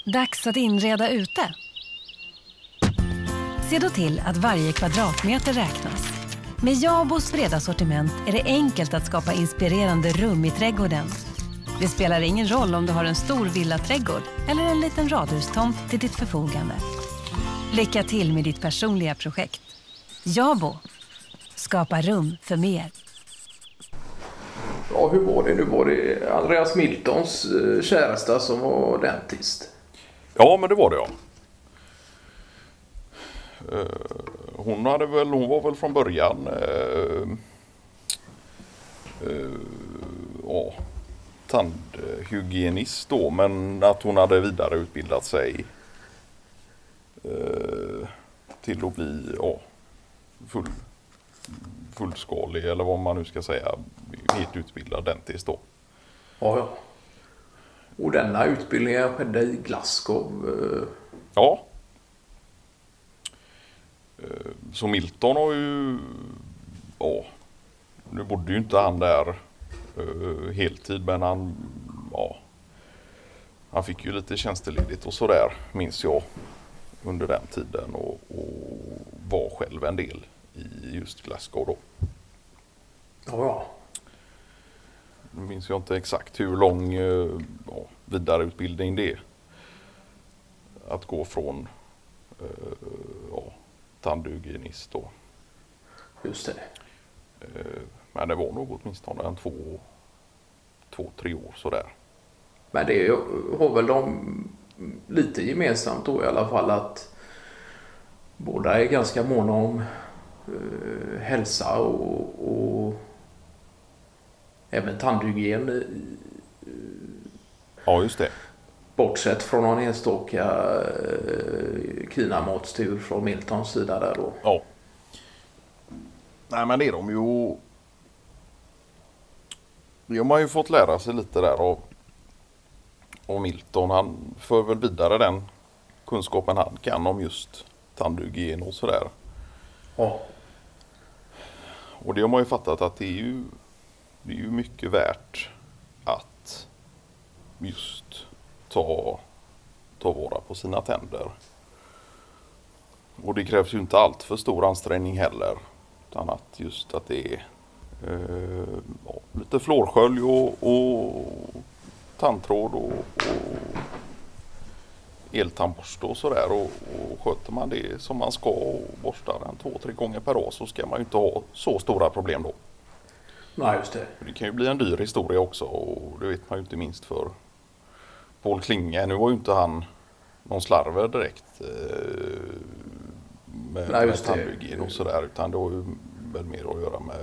Dags att inreda ute. Se då till att varje kvadratmeter räknas. Med Jabos breda sortiment är det enkelt att skapa inspirerande rum i trädgården. Det spelar ingen roll om du har en stor villaträdgård eller en liten radhustomt till ditt förfogande. Lycka till med ditt personliga projekt. Jabo. Skapa rum för mer. Ja, hur var det nu? Var det Andreas Miltons käresta som var dentist? Ja, men det var det, ja. Hon var väl från början tandhygienist då, men att hon hade vidareutbildat sig till att bli fullskalig, eller vad man nu ska säga, helt utbildad dentist då. Ja. Och denna utbildningen skedde i Glasgow? Ja. Så Milton har ju, nu bodde ju inte han där heltid, men han fick ju lite tjänsteledigt och sådär, minns jag, under den tiden, och var själv en del i just Glasgow då. Ja. Nu minns jag inte exakt hur lång vidareutbildning det är. Att gå från tandhygienist då. Just det. Men det var nog åtminstone en 2-3 år sådär. Men det har väl de lite gemensamt då i alla fall, att båda är ganska måna om hälsa och även tandhygien. Ja, just det. Bortsett från någon enstaka kinamåtstur från Miltons sida där då. Ja. Nej, men det är de ju. De har ju fått lära sig lite där och Milton, han för väl vidare den kunskapen han kan om just tandhygien och sådär. Ja. Och det har man ju fattat att det är ju mycket värt att just ta vara på sina tänder. Och det krävs ju inte allt för stor ansträngning heller, utan att det är lite flårskölj och tandtråd och eltandborste och sådär, och sköter man det som man ska och borstar den 2-3 gånger per år, så ska man ju inte ha så stora problem då. Nej, just det. Det kan ju bli en dyr historia också, och det vet man ju inte minst för Paul Klinge. Nu var ju inte han någon slarver direkt med tandhygien och sådär, utan det har ju väl mer att göra med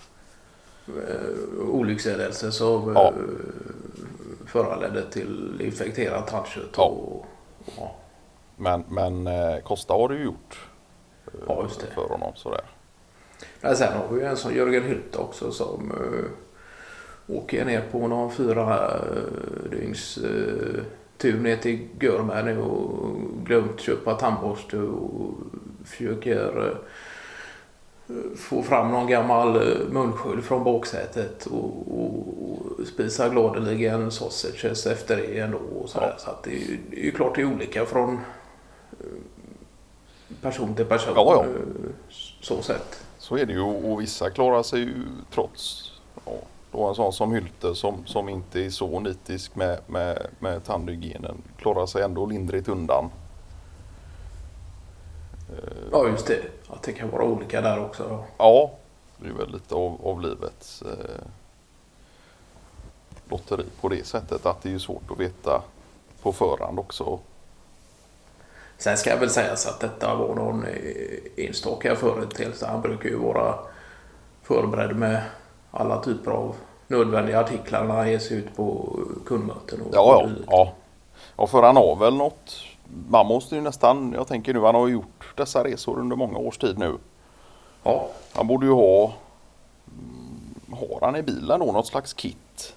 olyckshändelse som föranledde till infekterat tandkött. Ja. Ja. Men Costa har det ju gjort just det. för honom sådär. Men sen har vi ju en som Jörgen Hylte också, som åker ner på någon 4 dygns tur ner till Görman och glömt köpa tandborste och försöker få fram någon gammal munskölj från baksätet och spisa gladeligen sausages efter det ändå och sådär. Så att det är ju klart det är olika från person till person. Ja. Så sett. Så är det ju, och vissa klarar sig ju trots då en sån som Hylte som inte är så nitisk med tandhygienen, klarar sig ändå lindrigt undan. Ja, just det. Att det kan vara olika där också då. Ja, det är väl lite av livets lotteri på det sättet, att det är ju svårt att veta på förhand också. Sen ska jag väl säga så att detta var någon enstaka företeelse. Han brukar ju vara förberedd med alla typer av nödvändiga artiklar när han ger sig ut på kundmöten. Ja, för han har väl något. Man måste ju nästan, jag tänker nu, han har gjort dessa resor under många års tid nu. Ja. Han borde ju har han i bilen då något slags kit?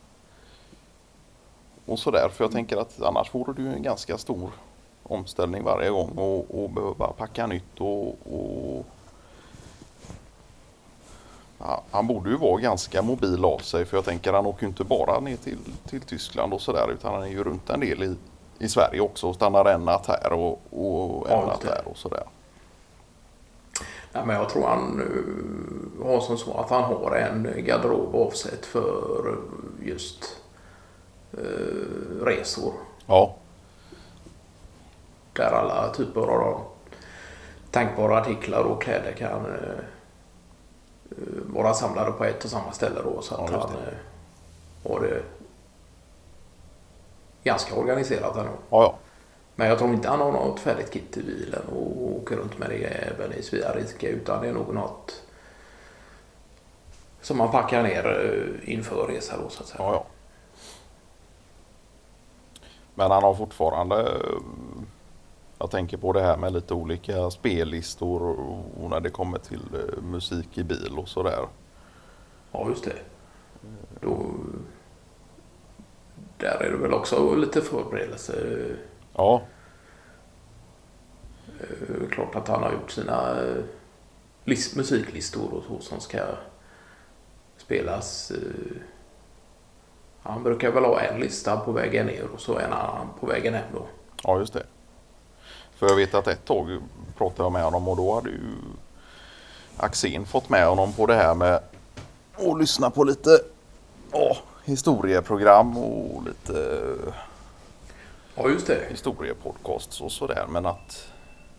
Och sådär, för jag tänker att annars vore det ju en ganska stor omställning varje gång och behöva packa nytt och ja, han borde ju vara ganska mobil av sig, för jag tänker han åker ju inte bara ner till Tyskland och sådär, utan han är ju runt en del i Sverige också och stannar en natt här och en natt där och sådär. Ja, men jag tror han har som så att han har en garderob avsett för just resor. Ja. Där alla typer av tänkbara artiklar och kläder kan vara samlade på ett och samma ställe då, så att han har det ganska organiserat ändå. Ja. Men jag tror inte han har något färdigt kit i bilen och åker runt med det även i Sviariska, utan det är nog något som man packar ner inför resa då, så att säga. Ja. Men han har fortfarande, jag tänker på det här med lite olika spellistor och när det kommer till musik i bil och sådär. Ja, just det. Där är det väl också lite förberedelse. Ja. Klart att han har gjort sina musiklistor och så som ska spelas. Han brukar väl ha en lista på vägen ner och så en annan på vägen hem då. Ja, just det. För jag vet att ett tag pratade jag med honom och då hade ju Axén fått med honom på det här med att lyssna på lite historieprogram och lite just det. Historiepodcasts och sådär, men att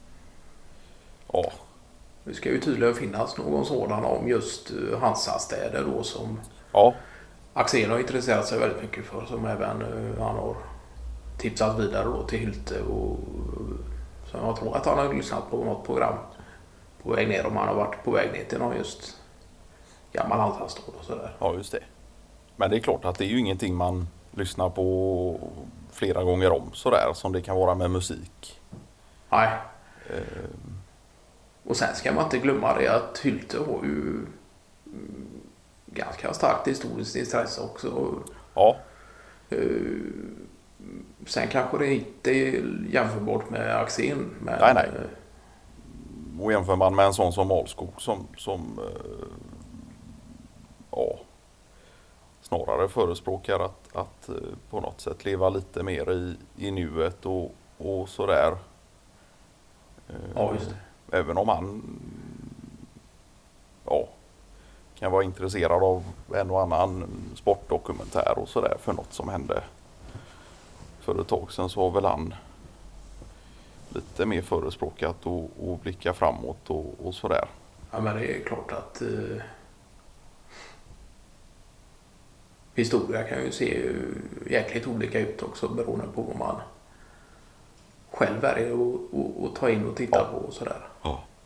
det ska ju tydligen finnas någon sådan om just Hansastäder då som Axén har intresserat sig väldigt mycket för, som även han har tipsat vidare då till Hylte, och så jag tror att han har lyssnat på något program på väg ner, om han har varit på väg ner till någon just gammal Hansastad och sådär. Ja, just det. Men det är klart att det är ju ingenting man lyssnar på flera gånger om sådär som det kan vara med musik. Nej. Och sen ska man inte glömma det att Hylte har ju ganska starkt historiskt intresse också. Ja. Sen kanske det inte är jämförbart med Axén. Men nej. Och jämför man med en sån som Alskog som snarare förespråkar att på något sätt leva lite mer i nuet och sådär. Ja, just det. Även om han kan vara intresserad av en och annan sportdokumentär och sådär för något som hände för ett tag sedan, så har väl han lite mer förespråkat och blicka framåt och sådär. Ja, men det är klart att historia kan ju se jäkligt olika ut också beroende på vad man själv är och ta in och titta på och sådär. Ja.